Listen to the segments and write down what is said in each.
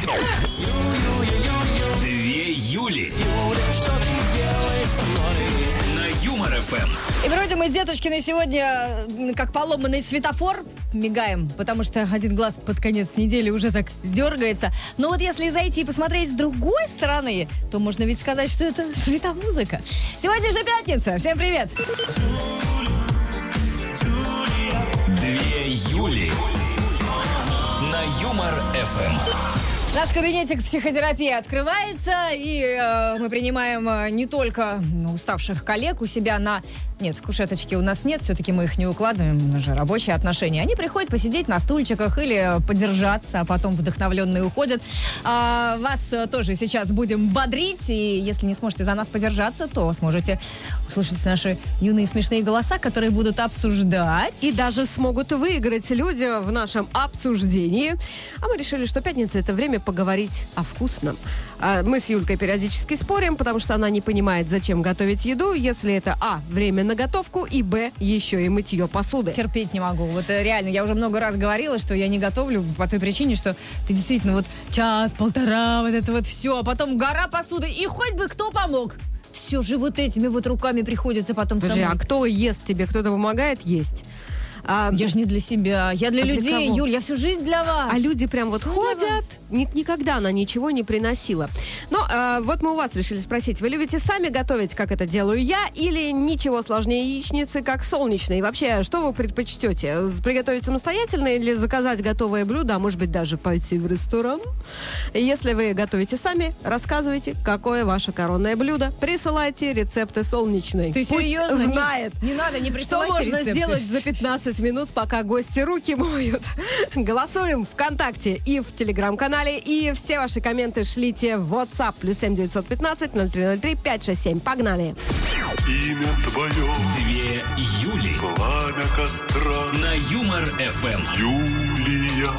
Две Юли. На Юмор ФМ. И вроде мы с Деточкиной сегодня, как поломанный светофор, мигаем, потому что один глаз под конец недели уже так дергается. Но вот если зайти и посмотреть с другой стороны, то можно ведь сказать, что это светомузыка. Сегодня же пятница. Всем привет! Две Юли. На Юмор ФМ. Наш кабинетик психотерапии открывается, и мы принимаем не только уставших коллег у себя на... Нет, в кушеточке у нас нет, все-таки мы их не укладываем, у нас же рабочие отношения. Они приходят посидеть на стульчиках или подержаться, а потом вдохновленные уходят. Вас тоже сейчас будем бодрить, и если не сможете за нас подержаться, то сможете услышать наши юные смешные голоса, которые будут обсуждать. И даже смогут выиграть люди в нашем обсуждении. А мы решили, что пятница — это время поговорить о вкусном. Мы с Юлькой периодически спорим, потому что она не понимает, зачем готовить еду, если это время на готовку, и еще и мытье посуды. Терпеть не могу. Вот реально, я уже много раз говорила, что я не готовлю по той причине, что ты действительно вот час-полтора, вот это вот все, а потом гора посуды, и хоть бы кто помог. Все же вот этими вот руками приходится потом Подожди, самой. а кто ест тебе? Кто-то помогает есть? Я же не для себя, я для людей, кого? Юль, я всю жизнь для вас. А люди прям вот Всё ходят, никогда она ничего не приносила. Но вот мы у вас решили спросить, вы любите сами готовить, как это делаю я, или ничего сложнее яичницы, как солнечные? И вообще, что вы предпочтете? Приготовить самостоятельно или заказать готовое блюдо, а может быть даже пойти в ресторан? Если вы готовите сами, рассказывайте, какое ваше коронное блюдо. Присылайте рецепты солнечной. Ты Пусть серьезно? знает, Не надо, не что присылайте можно рецепты. сделать за 15 минут, пока гости руки моют. Голосуем ВКонтакте и в Телеграм-канале. И все ваши комменты шлите в WhatsApp. +7 915 0303 567. Погнали. Имя твое, Две Юли. пламя костра, На Юмор ФМ. Юлия.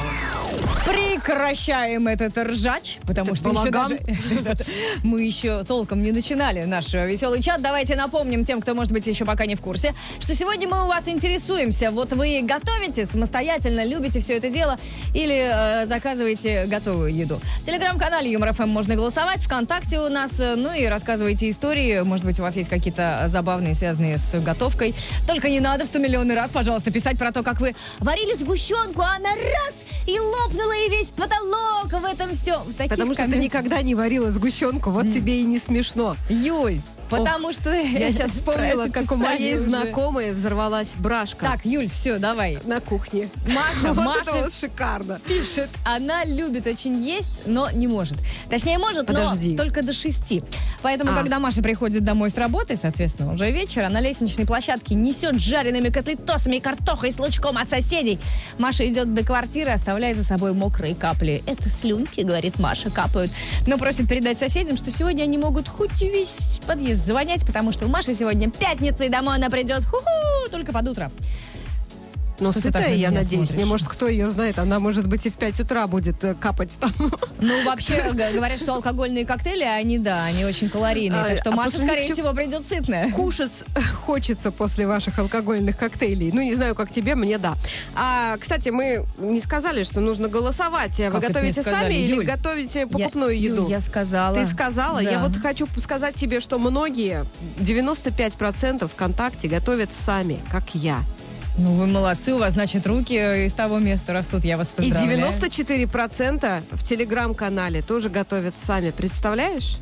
Прекращаем этот ржач, потому что еще балаган. даже мы еще толком не начинали наш веселый чат. Давайте напомним тем, кто, может быть, еще пока не в курсе, что сегодня мы у вас интересуемся. Вот вы готовите самостоятельно, любите все это дело или заказываете готовую еду? В Телеграм-канале Юмор ФМ можно голосовать, ВКонтакте у нас, ну и рассказывайте истории. Может быть, у вас есть какие-то забавные, связанные с готовкой. Только не надо в 100 миллионный раз, пожалуйста, писать про то, как вы варили сгущенку, а она раз и лопнула, и весь потолок в этом все. Потому что ты никогда не варила сгущенку, вот тебе и не смешно. Юль, потому что... Я сейчас вспомнила, как у моей знакомой взорвалась брашка. Так, Юль, все, давай. На кухне. Маша, Вот Маша это вот шикарно. пишет, она любит очень есть, но не может. Точнее, может, Подожди. но только до 6. Поэтому, когда Маша приходит домой с работы, соответственно, уже вечер, на лестничной площадке несет жареными котлетосами и картохой с лучком от соседей. Маша идет до квартиры, оставляя за собой мокрые капли. Это слюнки, говорит Маша, капают. Но просит передать соседям, что сегодня они могут хоть весь подъезд звонять, потому что у Маши сегодня пятница, и домой она придет только под утро. Но Что ты так сытая, на я меня надеюсь. смотришь? Может, кто ее знает, она, может быть, и в 5 утра будет капать там. Ну, вообще, говорят, что алкогольные коктейли, они очень калорийные. Так что Маша, просто скорее ничего- всего, придет сытная. Кушать хочется после ваших алкогольных коктейлей. Ну, не знаю, как тебе, мне да. Кстати, мы не сказали, что нужно голосовать. Вы Как это готовите не сказали, сами или Юль? готовите покупную еду? Я сказала. Ты сказала? Да. Я вот хочу сказать тебе, что многие, 95% ВКонтакте готовят сами, как я. Ну, вы молодцы, у вас, значит, руки из того места растут, я вас И поздравляю. 94% в Телеграм-канале тоже готовят сами. Представляешь?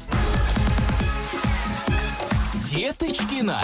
Деточкина.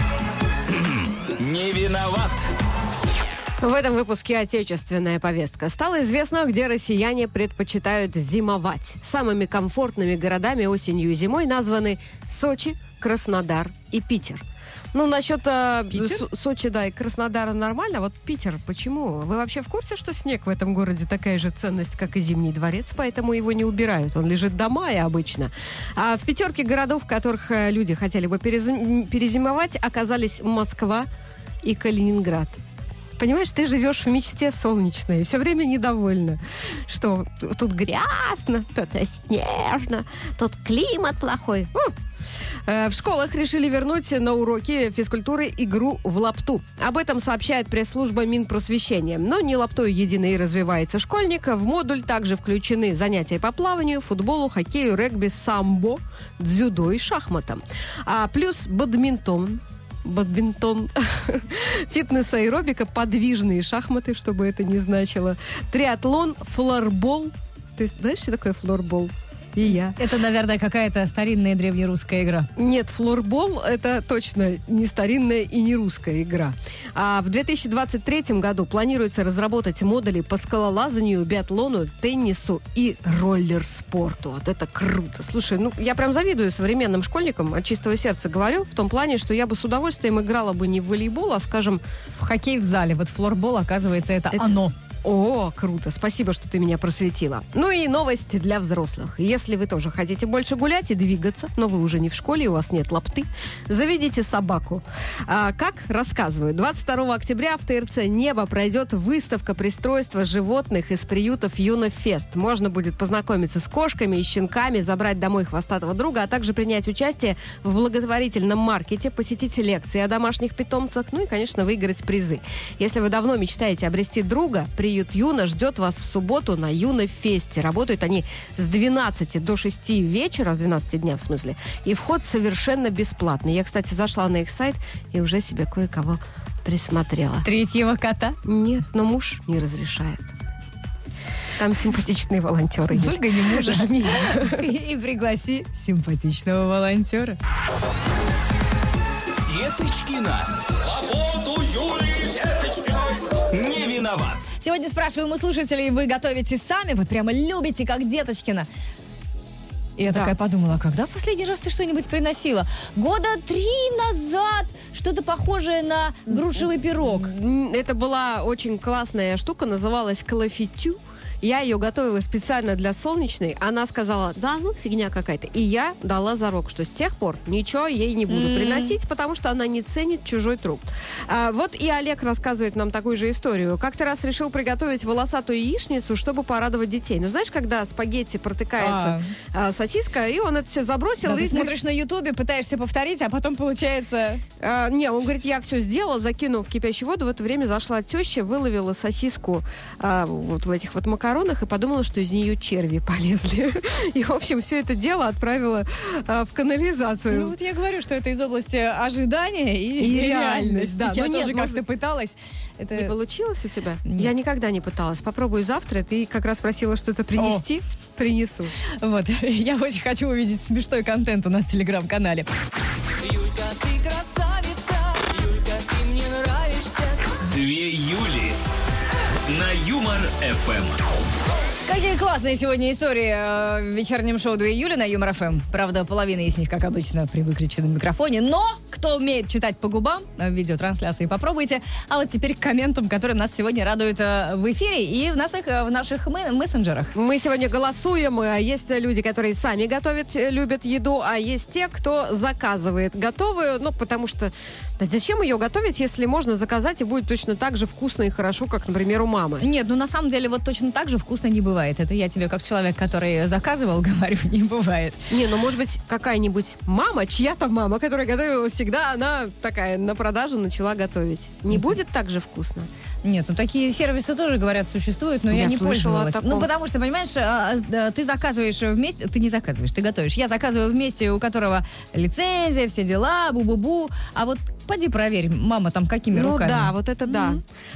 Не виноват. В этом выпуске отечественная повестка. Стало известно, где россияне предпочитают зимовать. Самыми комфортными городами осенью и зимой названы Сочи, Краснодар и Питер. Ну, насчет Сочи, да, и Краснодара нормально, а вот Питер, почему? Вы вообще в курсе, что снег в этом городе такая же ценность, как и Зимний дворец, поэтому его не убирают, он лежит до мая обычно. А в пятерке городов, в которых люди хотели бы перезимовать, оказались Москва и Калининград. Понимаешь, ты живешь в мечте солнечной, все время недовольна, что тут грязно, тут снежно, тут климат плохой. В школах решили вернуть на уроки физкультуры игру в лапту. Об этом сообщает пресс-служба Минпросвещения. Но не лаптою едино и развивается школьник. В модуль также включены занятия по плаванию, футболу, хоккею, регби, самбо, дзюдо и шахматам. Плюс бадминтон, фитнес-аэробика, подвижные шахматы, чтобы это не значило, триатлон, флорбол. Ты знаешь, что такое флорбол? И я. Это, наверное, какая-то старинная древнерусская игра. Нет, флорбол – это точно не старинная и не русская игра. А в 2023 году планируется разработать модули по скалолазанию, биатлону, теннису и роллер-спорту. Вот это круто. Слушай, я прям завидую современным школьникам, от чистого сердца говорю, в том плане, что я бы с удовольствием играла бы не в волейбол, а, скажем... В хоккей в зале. Вот флорбол, оказывается, это оно. О, круто. Спасибо, что ты меня просветила. Ну и новость для взрослых. Если вы тоже хотите больше гулять и двигаться, но вы уже не в школе, у вас нет лапты, заведите собаку. Как? Рассказываю. 22 октября в ТРЦ «Небо» пройдет выставка пристройства животных из приютов Юнофест. Можно будет познакомиться с кошками и щенками, забрать домой хвостатого друга, а также принять участие в благотворительном маркете, посетить лекции о домашних питомцах, ну и, конечно, выиграть призы. Если вы давно мечтаете обрести друга, приют Юна ждет вас в субботу на Юнофесте. Работают они с 12 до 6 вечера, с 12 дня в смысле, и вход совершенно бесплатный. Я, кстати, зашла на их сайт и уже себе кое-кого присмотрела. Третьего кота? Нет, но муж не разрешает. Там симпатичные волонтеры. Выгони мужа и пригласи симпатичного волонтера. Деточкина. Свободу Юлии Деточкиной. Не виноват. Сегодня спрашиваем у слушателей, вы готовите сами? Вот прямо любите, как Деточкина? И я такая подумала, когда в последний раз ты что-нибудь приносила? 3 года назад. Что-то похожее на грушевый пирог. Это была очень классная штука, называлась клафитю. Я ее готовила специально для Солнечной. Она сказала, фигня какая-то. И я дала зарок, что с тех пор ничего ей не буду приносить, потому что она не ценит чужой труд. Вот и Олег рассказывает нам такую же историю. Как-то раз решил приготовить волосатую яичницу, чтобы порадовать детей. Ну, знаешь, когда спагетти протыкается сосиска, и он это все забросил. Да, ты смотришь на Ютубе, пытаешься повторить, а потом получается... он говорит, я все сделал, закинул в кипящую воду. В это время зашла теща, выловила сосиску вот в этих вот макаронах и подумала, что из нее черви полезли. И, в общем, все это дело отправила в канализацию. Ну, вот я говорю, что это из области ожидания и реальности. Да. Я тоже как-то пыталась. Это... Не получилось у тебя? Нет. Я никогда не пыталась. Попробую завтра. Ты как раз просила что-то принести. Принесу. Вот. Я очень хочу увидеть смешной контент у нас в Телеграм-канале. Юлька, ты красавица, Юлька, ты мне нравишься. 2 Юли на Юмор-ФМ. Какие классные сегодня истории в вечернем шоу 2 июля на Юмор ФМ. Правда, половина из них, как обычно, при выключенном микрофоне. Но кто умеет читать по губам, в видеотрансляции попробуйте. А вот теперь к комментам, которые нас сегодня радуют в эфире и в наших мессенджерах. Мы сегодня голосуем. Есть люди, которые сами готовят, любят еду, а есть те, кто заказывает готовую. Ну, потому что зачем ее готовить, если можно заказать и будет точно так же вкусно и хорошо, как, например, у мамы? Нет, на самом деле вот точно так же вкусно не бывает. Это я тебе, как человек, который заказывал, говорю, не бывает. Может быть, какая-нибудь мама, чья-то мама, которая готовила всегда, она такая на продажу начала готовить. Не будет так же вкусно? Нет, такие сервисы тоже, говорят, существуют, но я не пользовалась. Потому что, понимаешь, ты заказываешь вместе, ты не заказываешь, ты готовишь. Я заказываю вместе, у которого лицензия, все дела, бу-бу-бу. А вот поди проверь, мама там какими руками. Да, вот это да.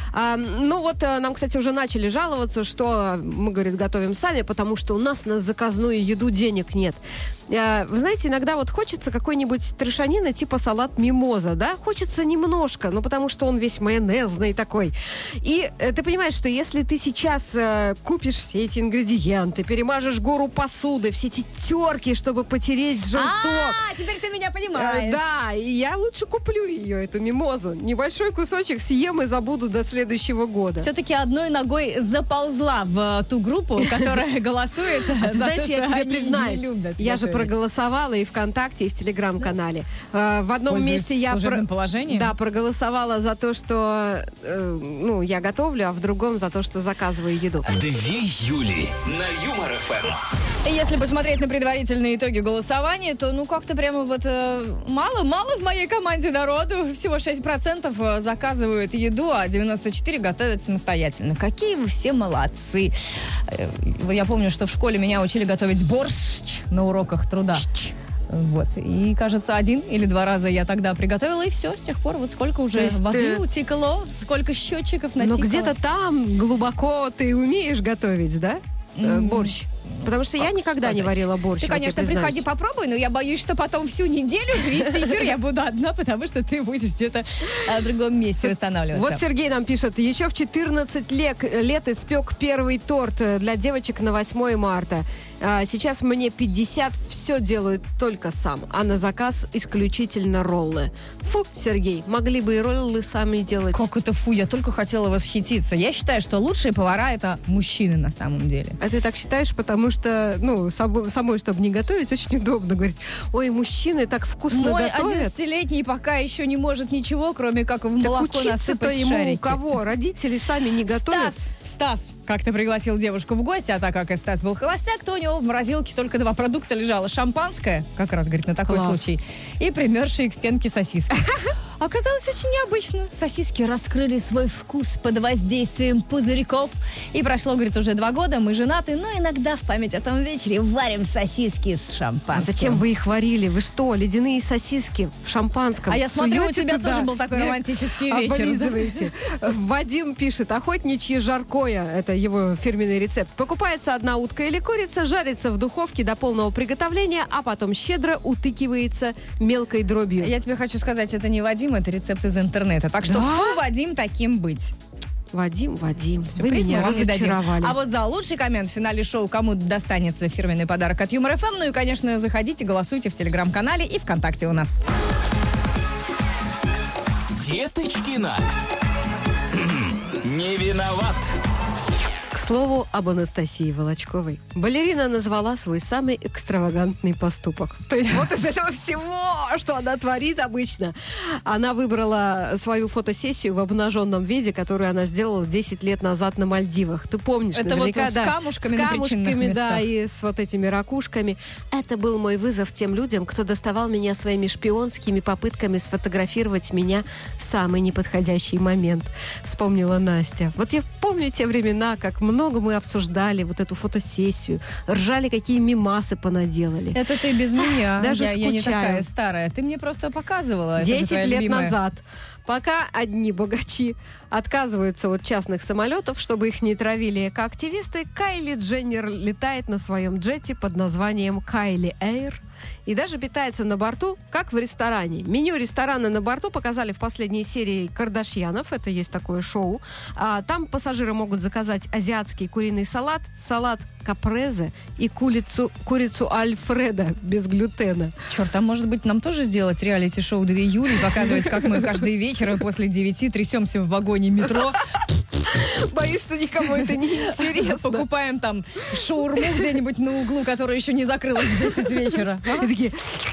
Нам, кстати, уже начали жаловаться, что мы, говорит, готовим сами, потому что у нас на заказную еду денег нет. Вы знаете, иногда вот хочется какой-нибудь трешанины типа салат мимоза, да? Хочется немножко, потому что он весь майонезный такой. И ты понимаешь, что если ты сейчас купишь все эти ингредиенты, перемажешь гору посуды, все эти терки, чтобы потереть желток. Теперь ты меня понимаешь. Да, и я лучше куплю ее, эту мимозу. Небольшой кусочек съем и забуду до следующего года. Все-таки одной ногой заползла в ту группу, которая голосует. Ты знаешь, я тебе признаюсь, я же проголосовала и ВКонтакте, и в Телеграм-канале. В одном месте я проголосовала за то, что я готовлю, а в другом за то, что заказываю еду. 2 Юли на Юмор-ФМ. Если посмотреть на предварительные итоги голосования, то как-то прямо мало в моей команде народу. Всего 6% заказывают еду, а 94% готовят самостоятельно. Какие вы все молодцы. Я помню, что в школе меня учили готовить борщ на уроках труда. И, кажется, 1 или 2 раза я тогда приготовила, и все, с тех пор сколько уже воды утекло, сколько счетчиков натикало. Но где-то там глубоко ты умеешь готовить, да? Борщ. Потому что я никогда не варила борщ. Ты, конечно, приходи, попробуй, но я боюсь, что потом всю неделю вести эфир я буду одна, потому что ты будешь где-то в другом месте восстанавливаться. Вот Сергей нам пишет, еще в 14 лет испек первый торт для девочек на 8 марта. Сейчас мне 50, все делаю только сам, а на заказ исключительно роллы. Фу, Сергей, могли бы и роллы сами делать. Как это фу, я только хотела восхититься. Я считаю, что лучшие повара это мужчины на самом деле. А ты так считаешь, потому что, самой, чтобы не готовить, очень удобно говорить, ой, мужчины так вкусно готовят. Мой 11-летний пока еще не может ничего, кроме как в молоко насыпать ему шарики. У кого? Родители сами не готовят. Стас как-то пригласил девушку в гости, а так как и Стас был холостяк, то у него в морозилке только 2 продукта лежало. Шампанское, как раз, говорит, на такой случай, и примерзшие к стенке сосиски. Оказалось очень необычно. Сосиски раскрыли свой вкус под воздействием пузырьков. И прошло, говорит, уже 2 года, мы женаты, но иногда в память о том вечере варим сосиски с шампанским. А зачем вы их варили? Вы что, ледяные сосиски в шампанском? А я смотрю, у тебя туда, тоже был такой романтический вечер. Облизываете. Вадим пишет, охотничье жаркое, это его фирменный рецепт. Покупается 1 утка или курица, жарится в духовке до полного приготовления, а потом щедро утыкивается мелкой дробью. Я тебе хочу сказать, это не Вадим, это рецепт из интернета. Так что фу, Вадим, таким быть. Вадим, все, вы меня разочаровали. А вот за лучший коммент в финале шоу кому достанется фирменный подарок от Юмор ФМ. Ну и, конечно, заходите, голосуйте в Телеграм-канале и ВКонтакте у нас. Деточкина. Не виноват. К слову об Анастасии Волочковой. Балерина назвала свой самый экстравагантный поступок. То есть вот из этого всего, что она творит обычно, она выбрала свою фотосессию в обнаженном виде, которую она сделала 10 лет назад на Мальдивах. Ты помнишь, это наверняка, с камушками, с камушками, да, и с вот этими ракушками. Это был мой вызов тем людям, кто доставал меня своими шпионскими попытками сфотографировать меня в самый неподходящий момент. Вспомнила Настя. Вот я помню те времена, как много мы обсуждали вот эту фотосессию, ржали, какие мемасы понаделали. Это ты без меня. Даже я не такая старая. Ты мне просто показывала. 10 лет назад. Пока одни богачи отказываются от частных самолетов, чтобы их не травили экоактивисты, Кайли Дженнер летает на своем джете под названием Kylie Air и даже питается на борту, как в ресторане. Меню ресторана на борту показали в последней серии «Кардашьянов». Это есть такое шоу. Там пассажиры могут заказать азиатский куриный салат, салат капрезе и курицу Альфреда без глютена. Черт, а может быть нам тоже сделать реалити-шоу 2 Юли и показывать, как мы каждый вечер после 9 трясемся в вагоне метро? Боюсь, что никому это не интересно. Покупаем там шаурму где-нибудь на углу, которая еще не закрылась в 10 вечера. И такие,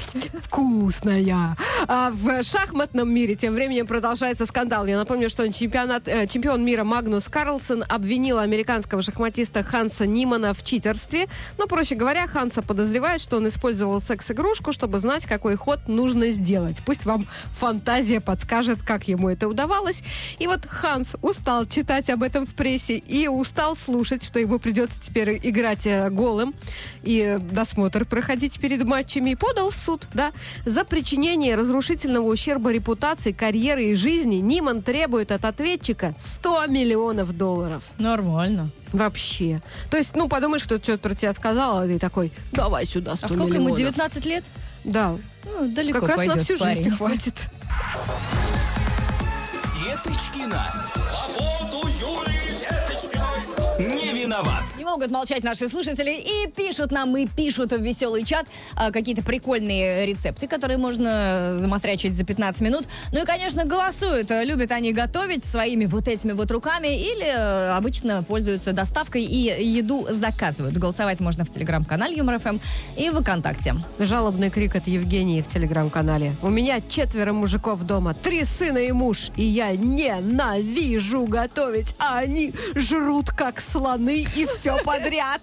вкусная. А в шахматном мире тем временем продолжается скандал. Я напомню, что чемпион мира Магнус Карлсон обвинил американского шахматиста Ханса Нимана в читерстве. Но, проще говоря, Ханса подозревают, что он использовал секс-игрушку, чтобы знать, какой ход нужно сделать. Пусть вам фантазия подскажет, как ему это удавалось. И вот Ханс устал читать об этом в прессе и устал слушать, что ему придется теперь играть голым и досмотр проходить перед матчами, и подал в суд, за причинение разрушительного ущерба репутации, карьеры и жизни. Ниман требует от ответчика $100 миллионов. Нормально. Вообще. То есть, подумаешь, кто-то что-то про тебя сказал, а ты такой, давай сюда 100 миллионов. А сколько ему, 19 лет? Да. Далеко как раз пойдет, на всю жизнь хватит. Деточкина. Свободу Юлии Деточкиной. Не виноват. Не могут молчать наши слушатели и пишут в веселый чат какие-то прикольные рецепты, которые можно замострячить за 15 минут. Ну и, конечно, голосуют. Любят они готовить своими вот этими вот руками или обычно пользуются доставкой и еду заказывают. Голосовать можно в Телеграм-канале Юмор ФМ и в ВКонтакте. Жалобный крик от Евгении в Телеграм-канале. У меня 4 мужиков дома, 3 сына и муж, и я ненавижу готовить, а они жрут как слоны и все подряд.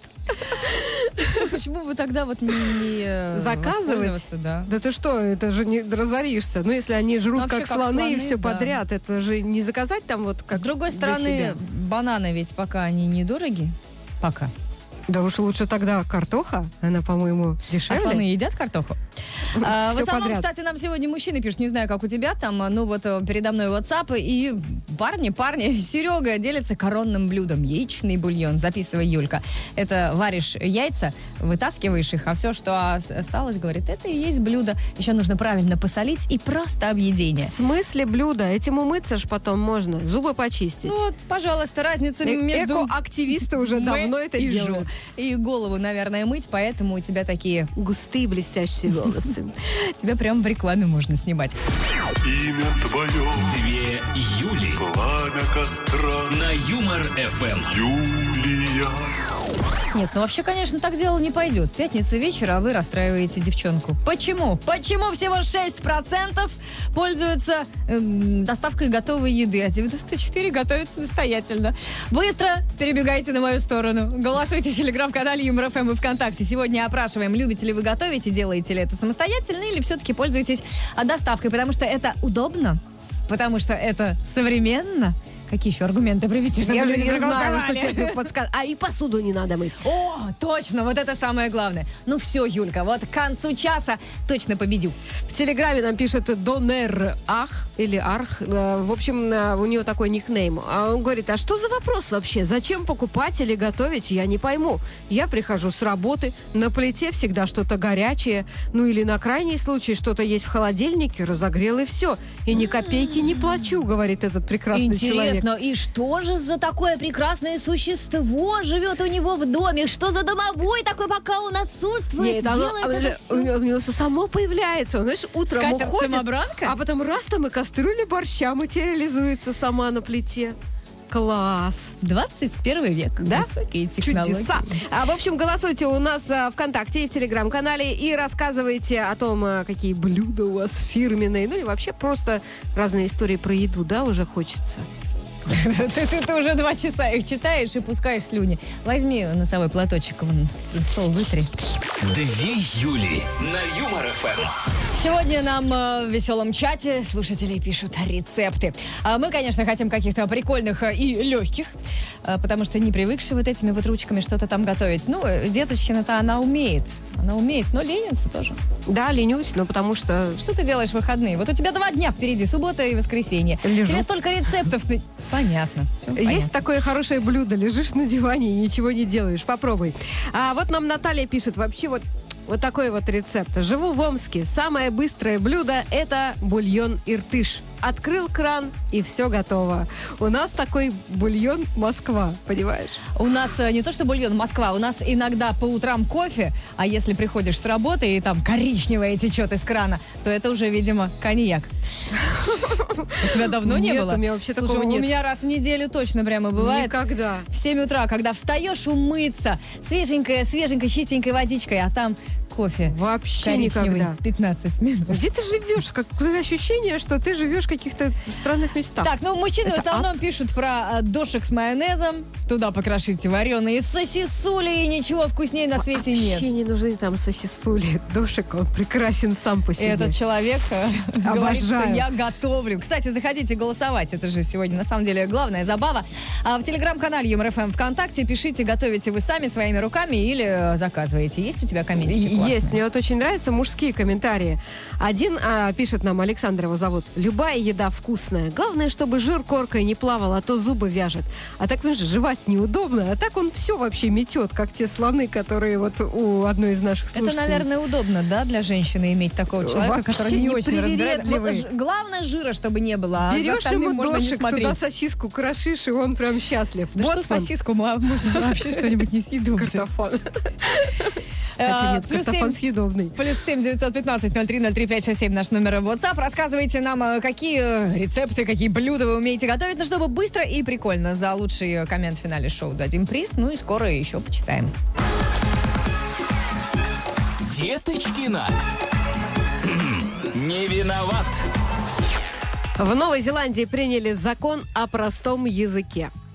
Почему бы тогда вот не Заказывать? воспользоваться, да? Да ты что, это же не разоришься. Ну, если они жрут Вообще как как слоны и слоны, все да. подряд, это же не заказать там вот как С другой для стороны, себя. бананы ведь пока они недороги. Пока. Да уж лучше тогда картоха, она, по-моему, А дешевле. слоны едят картоху? В Всё основном, подряд. кстати, нам сегодня мужчины пишут, не знаю, как у тебя там, ну вот передо мной WhatsApp, и парни, Серега делится коронным блюдом. Яичный бульон, записывай, Юлька. Это варишь яйца, вытаскиваешь их, а все, что осталось, говорит, это и есть блюдо. Еще нужно правильно посолить и просто В объедение. смысле блюдо? Этим умыться ж потом можно, зубы почистить. Ну вот, пожалуйста, разница между... Эко-активисты уже давно это и делают. жжёт. И голову, наверное, мыть, поэтому у тебя такие... Густые блестящие волосы. Тебя прям в рекламе можно снимать. Имя твое, 2 Юли пламя костра, на Юмор-ФМ. Юлия. Нет, ну вообще, конечно, так дело не пойдет. Пятница вечер, а вы расстраиваете девчонку. Почему? Почему всего 6% пользуются доставкой готовой еды, а 94% готовят самостоятельно? Быстро перебегайте на мою сторону. Голосуйте в телеграм-канале Юмор-ФМ и ВКонтакте. Сегодня опрашиваем, любите ли вы готовить и делаете ли это самостоятельно, или все-таки пользуетесь доставкой, потому что это удобно, потому что это современно. Какие еще аргументы привести, чтобы Я же люди не знаю, проголосовали? что тебе подсказать. А и посуду не надо мыть. О, точно, вот это самое главное. Ну все, Юлька, вот к концу часа точно победю. В Телеграме нам пишет Донер Ах или Арх. В общем, у нее такой никнейм. А он говорит, а что за вопрос вообще? Зачем покупать или готовить? Я не пойму. Я прихожу с работы, на плите всегда что-то горячее, ну или на крайний случай что-то есть в холодильнике, разогрел и все. И ни копейки не плачу, говорит этот прекрасный человек. Интересно, и что же за такое прекрасное существо живет у него в доме? Что за домовой такой, пока он отсутствует? Нет, оно, делает это всё? у него само появляется. Он, знаешь, утром уходит, Скатерть-самобранка? а потом раз там и кастрюля борща материализуется сама на плите. Класс. 21 век. Да? Высокие технологии. Чудеса. В общем, голосуйте у нас ВКонтакте и в Телеграм-канале и рассказывайте о том, какие блюда у вас фирменные. Ну и вообще просто разные истории про еду, да, уже хочется. Ты уже 2 часа их читаешь и пускаешь слюни. Возьми носовой платочек, вон, стол вытри. 2 Юли на Юмор-ФМ. Сегодня нам в веселом чате слушатели пишут рецепты. Мы, конечно, хотим каких-то прикольных и легких, потому что не привыкшие вот этими вот ручками что-то там готовить. Ну, Деточкина-то она умеет, но ленится тоже. Да, ленюсь, но потому что... Что ты делаешь в выходные? Вот у тебя 2 дня впереди, суббота и воскресенье. Лежу. Тебе столько рецептов. Понятно. Всё Есть понятно. такое хорошее блюдо, лежишь на диване и ничего не делаешь. Попробуй. Вот нам Наталья пишет, вообще вот такой вот рецепт. Живу в Омске. Самое быстрое блюдо – это бульон иртыш. Открыл кран, и все готово. У нас такой бульон Москва, понимаешь? У нас не то что бульон Москва, у нас иногда по утрам кофе, а если приходишь с работы и там коричневое течет из крана, то это уже, видимо, коньяк. У тебя давно не Нет, было? у меня вообще Слушай, такого нет. у меня раз в неделю точно прямо бывает. Никогда. В 7 утра, когда встаешь умыться, свеженькой, чистенькой водичкой, а там кофе. Вообще коричневый, никогда. 15 минут. Где ты живешь? Какое ощущение, что ты живешь в каких-то странных местах. Так, ну мужчины Это в основном ад. пишут про дошек с майонезом. Туда покрошите вареные сосисули, и ничего вкуснее на свете нет. Вообще не нужны там сосисули. Дошик, он прекрасен сам по И себе. этот человек говорит, что Обожаю. я готовлю. Кстати, заходите голосовать. Это же сегодня на самом деле главная забава. В телеграм-канале Юмор-ФМ ВКонтакте пишите, готовите вы сами своими руками или заказываете. Есть у тебя комментики классные? Есть. Мне вот очень нравятся мужские комментарии. Один пишет нам, Александр его зовут. Любая еда вкусная. Главное, чтобы жир коркой не плавал, а то зубы вяжет. А так, понимаешь, жевать неудобно. А так он все вообще метет, как те слоны, которые вот у одной из наших Это, слушательниц. наверное, удобно, да, для женщины иметь такого человека, Вообще который не очень непривередливый. разбирается. Вот главное, жира, чтобы не было. А за Берешь остальным ему можно не дошик, смотреть. туда сосиску крошишь, и он прям счастлив. Да что Боцман. сосиску, можно вообще что-нибудь несъедобное. Картофан. Хотя нет, Плюс картофан 7 съедобный. Плюс 7 915 03 03 567 наш номер WhatsApp. Рассказывайте нам, какие рецепты, какие блюда вы умеете готовить, ну, чтобы быстро и прикольно. За лучший коммент в финале шоу дадим приз, ну и скоро еще почитаем. Деточкина. Не виноват. В Новой Зеландии приняли закон о простом языке.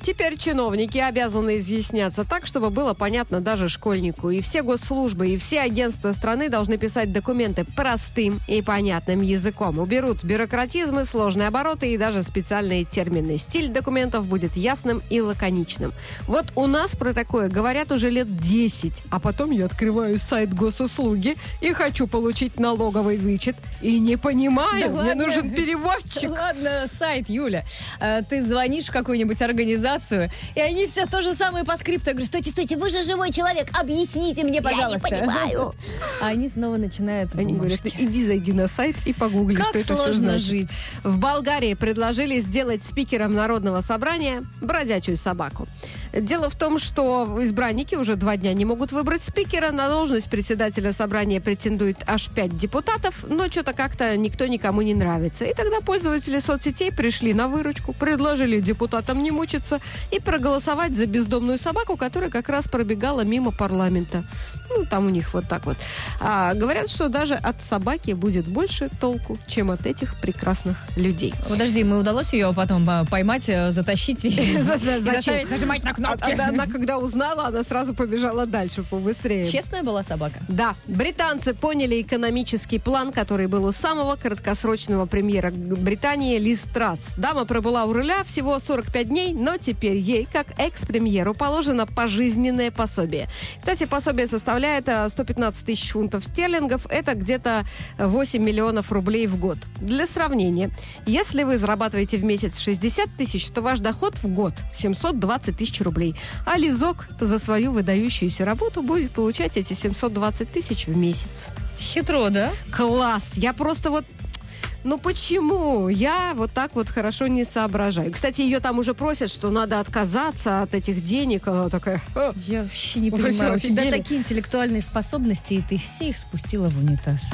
Теперь чиновники обязаны изъясняться так, чтобы было понятно даже школьнику. И все госслужбы, и все агентства страны должны писать документы простым и понятным языком. Уберут бюрократизмы, сложные обороты и даже специальные термины. Стиль документов будет ясным и лаконичным. Вот у нас про такое говорят уже лет 10. А потом я открываю сайт госуслуги и хочу получить налоговый вычет. И не понимаю, Да мне ладно. нужен переводчик. Ладно, сайт, Юля. Ты звонишь в какую-нибудь организацию, и они все то же самое по скрипту. Я говорю, стойте, вы же живой человек, объясните мне, пожалуйста. Я не понимаю. А они снова начинаются. Они говорят, иди зайди на сайт и погугли, как что это все сложно значит. жить. В Болгарии предложили сделать спикером Народного собрания бродячую собаку. Дело в том, что избранники уже 2 дня не могут выбрать спикера. На должность председателя собрания претендует аж 5 депутатов, но что-то как-то никто никому не нравится. И тогда пользователи соцсетей пришли на выручку, предложили депутатам не мучиться и проголосовать за бездомную собаку, которая как раз пробегала мимо парламента. Ну, там у них вот так вот. Говорят, что даже от собаки будет больше толку, чем от этих прекрасных людей. Подожди, мы удалось ее потом поймать, затащить и Зачем? заставить нажимать на кнопки. Она, когда узнала, она сразу побежала дальше, побыстрее. Честная была собака. Да, британцы поняли экономический план, который был у самого краткосрочного премьера Британии Лиз Трасс. Дама пробыла у руля всего 45 дней, но теперь ей, как экс-премьеру, положено пожизненное пособие. Кстати, пособие составляет 115 тысяч фунтов стерлингов, это где-то 8 миллионов рублей в год. Для сравнения, если вы зарабатываете в месяц 60 тысяч, то ваш доход в год 720 тысяч рублей. А Лизок за свою выдающуюся работу будет получать эти 720 тысяч в месяц. Хитро, да? Класс! Я просто вот... Ну почему? Я вот так вот хорошо не соображаю. Кстати, ее там уже просят, что надо отказаться от этих денег. Она такая... Я вообще не Вы понимаю. что, У тебя офигели? такие интеллектуальные способности, и ты все их спустила в унитаз.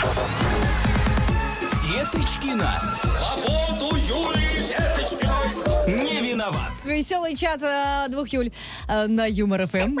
Деточкина. Свободу Юлии Деточкиной. Не виноват. Веселый чат 2 Юль на Юмор ФМ.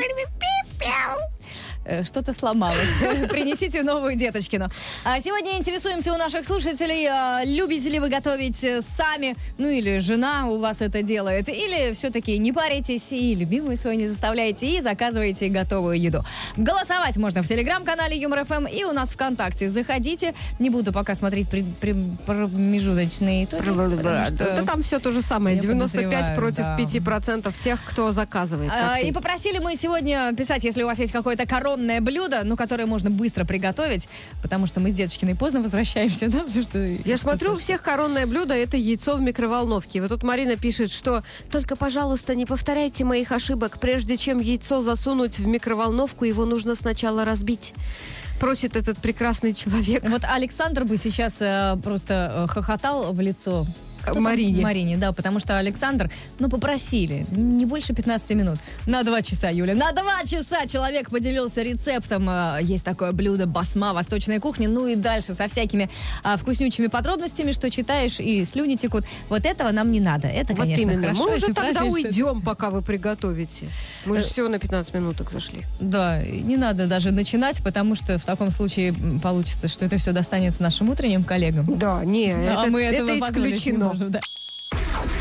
Что-то сломалось. Принесите новую Деточкину. Сегодня интересуемся у наших слушателей, любите ли вы готовить сами, ну или жена у вас это делает, или все-таки не паритесь и любимую свою не заставляете и заказываете готовую еду. Голосовать можно в телеграм-канале Юмор ФМ и у нас ВКонтакте. Заходите. Не буду пока смотреть промежуточные итоги. Да там все то же самое. Я 95 подозреваю, против да. 5% тех, кто заказывает. как ты. И попросили мы сегодня писать, если у вас есть какое-то коронное блюдо, ну, которое можно быстро приготовить, потому что мы с Деточкиной поздно возвращаемся, да? Потому что Я смотрю, у всех коронное блюдо – это яйцо в микроволновке. Вот тут Марина пишет, что только, пожалуйста, не повторяйте моих ошибок. Прежде чем яйцо засунуть в микроволновку, его нужно сначала разбить. Просит этот прекрасный человек. Вот Александр бы сейчас просто хохотал в лицо. Кто там? Марине. Марине, да, потому что Александр, попросили, не больше 15 минут. На 2 часа, Юля, на 2 часа человек поделился рецептом. Есть такое блюдо басма восточной кухни. Ну и дальше со всякими вкуснючими подробностями, что читаешь и слюни текут. Вот этого нам не надо. Это, Вот конечно, именно. хорошо. Мы уже ты тогда правильно уйдем, пока вы приготовите. Мы же всего на 15 минуток зашли. Да, не надо даже начинать, потому что в таком случае получится, что это все достанется нашим утренним коллегам. Да, не, А мы это этого позволить не исключено. можем, да. 2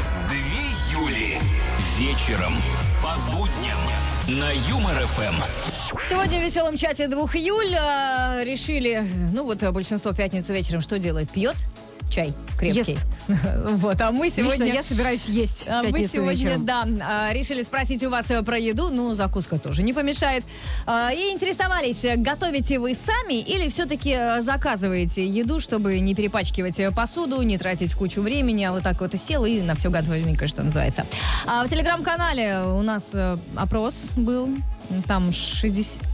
Юли. Вечером по будням на Юмор ФМ. Сегодня в веселом чате 2 июля решили, большинство в пятницу вечером что делает? Пьет чай крепкий. Ест. Вот, а мы сегодня... Лично я собираюсь есть в мы пятницу сегодня, вечером. да, решили спросить у вас про еду, закуска тоже не помешает. И интересовались, готовите вы сами или все-таки заказываете еду, чтобы не перепачкивать посуду, не тратить кучу времени, а вот так вот и сел и на все готовенькое, что называется. В телеграм-канале у нас опрос был, там 60...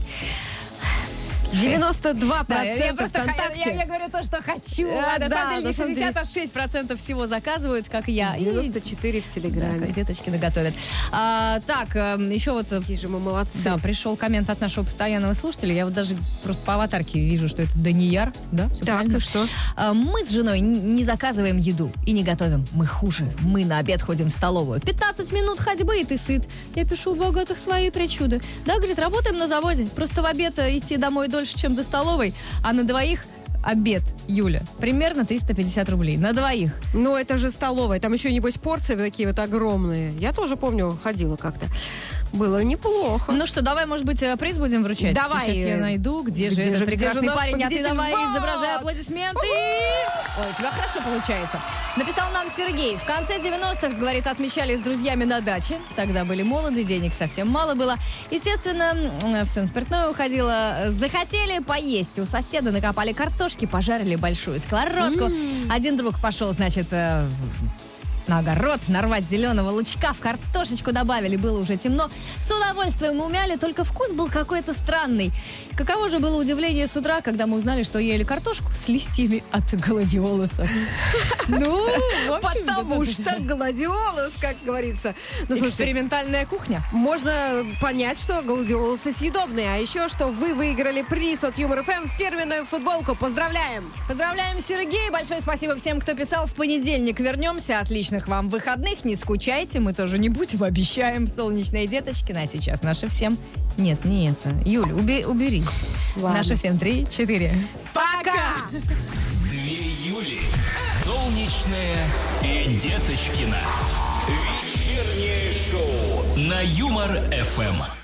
92% Да, я просто ВКонтакте. я говорю то, что хочу. Да, На самом деле, на самом деле. 66% всего заказывают, как я. 94 в Да, Телеграме. как Деточкины готовят. Так, еще вот... Какие же мы молодцы. Да, пришел коммент от нашего постоянного слушателя. Я вот даже просто по аватарке вижу, что это Данияр. Да, все Так, правильно? и что? Мы с женой не заказываем еду и не готовим. Мы хуже. Мы на обед ходим в столовую. 15 минут ходьбы, и ты сыт. Я пишу: у богатых свои причуды. Да, говорит, работаем на заводе. Просто в обед идти домой дольше, чем до столовой. А на двоих обед, Юля, примерно 350 рублей на двоих. Ну, это же столовая. Там еще, небось, порции такие вот огромные. Я тоже помню, ходила как-то. Было неплохо. Ну что, давай, может быть, приз будем вручать? Давай. Сейчас я найду, где же этот прекрасный наш парень. А ты победитель? давай, Вот! изображай аплодисменты. Ой, у тебя хорошо получается. Написал нам Сергей. В конце 90-х, говорит, отмечали с друзьями на даче. Тогда были молоды, денег совсем мало было. Естественно, все на спиртное уходило. Захотели поесть. У соседа накопали картошки, пожарили большую сковородку. Один друг пошел, значит, на огород, нарвать зеленого лучка, в картошечку добавили, было уже темно. С удовольствием умяли, только вкус был какой-то странный. Каково же было удивление с утра, когда мы узнали, что ели картошку с листьями от гладиолуса. Ну, в общем, Потому что гладиолус, как говорится. Ну, слушайте, экспериментальная кухня. можно понять, что гладиолусы съедобные. А еще, что вы выиграли приз от Юмор ФМ, фирменную футболку. Поздравляем! Поздравляем, Сергей. Большое спасибо всем, кто писал. В понедельник вернемся. Отличных вам выходных. Не скучайте. Мы тоже не будем, обещаем. Солнечные деточки. А сейчас наши всем... Нет, не это. Юля, убери. Ладно. Наши всем 3, 4. Пока! 2 Юли. Солнечная и Деточкина. Вечернее шоу на Юмор ФМ.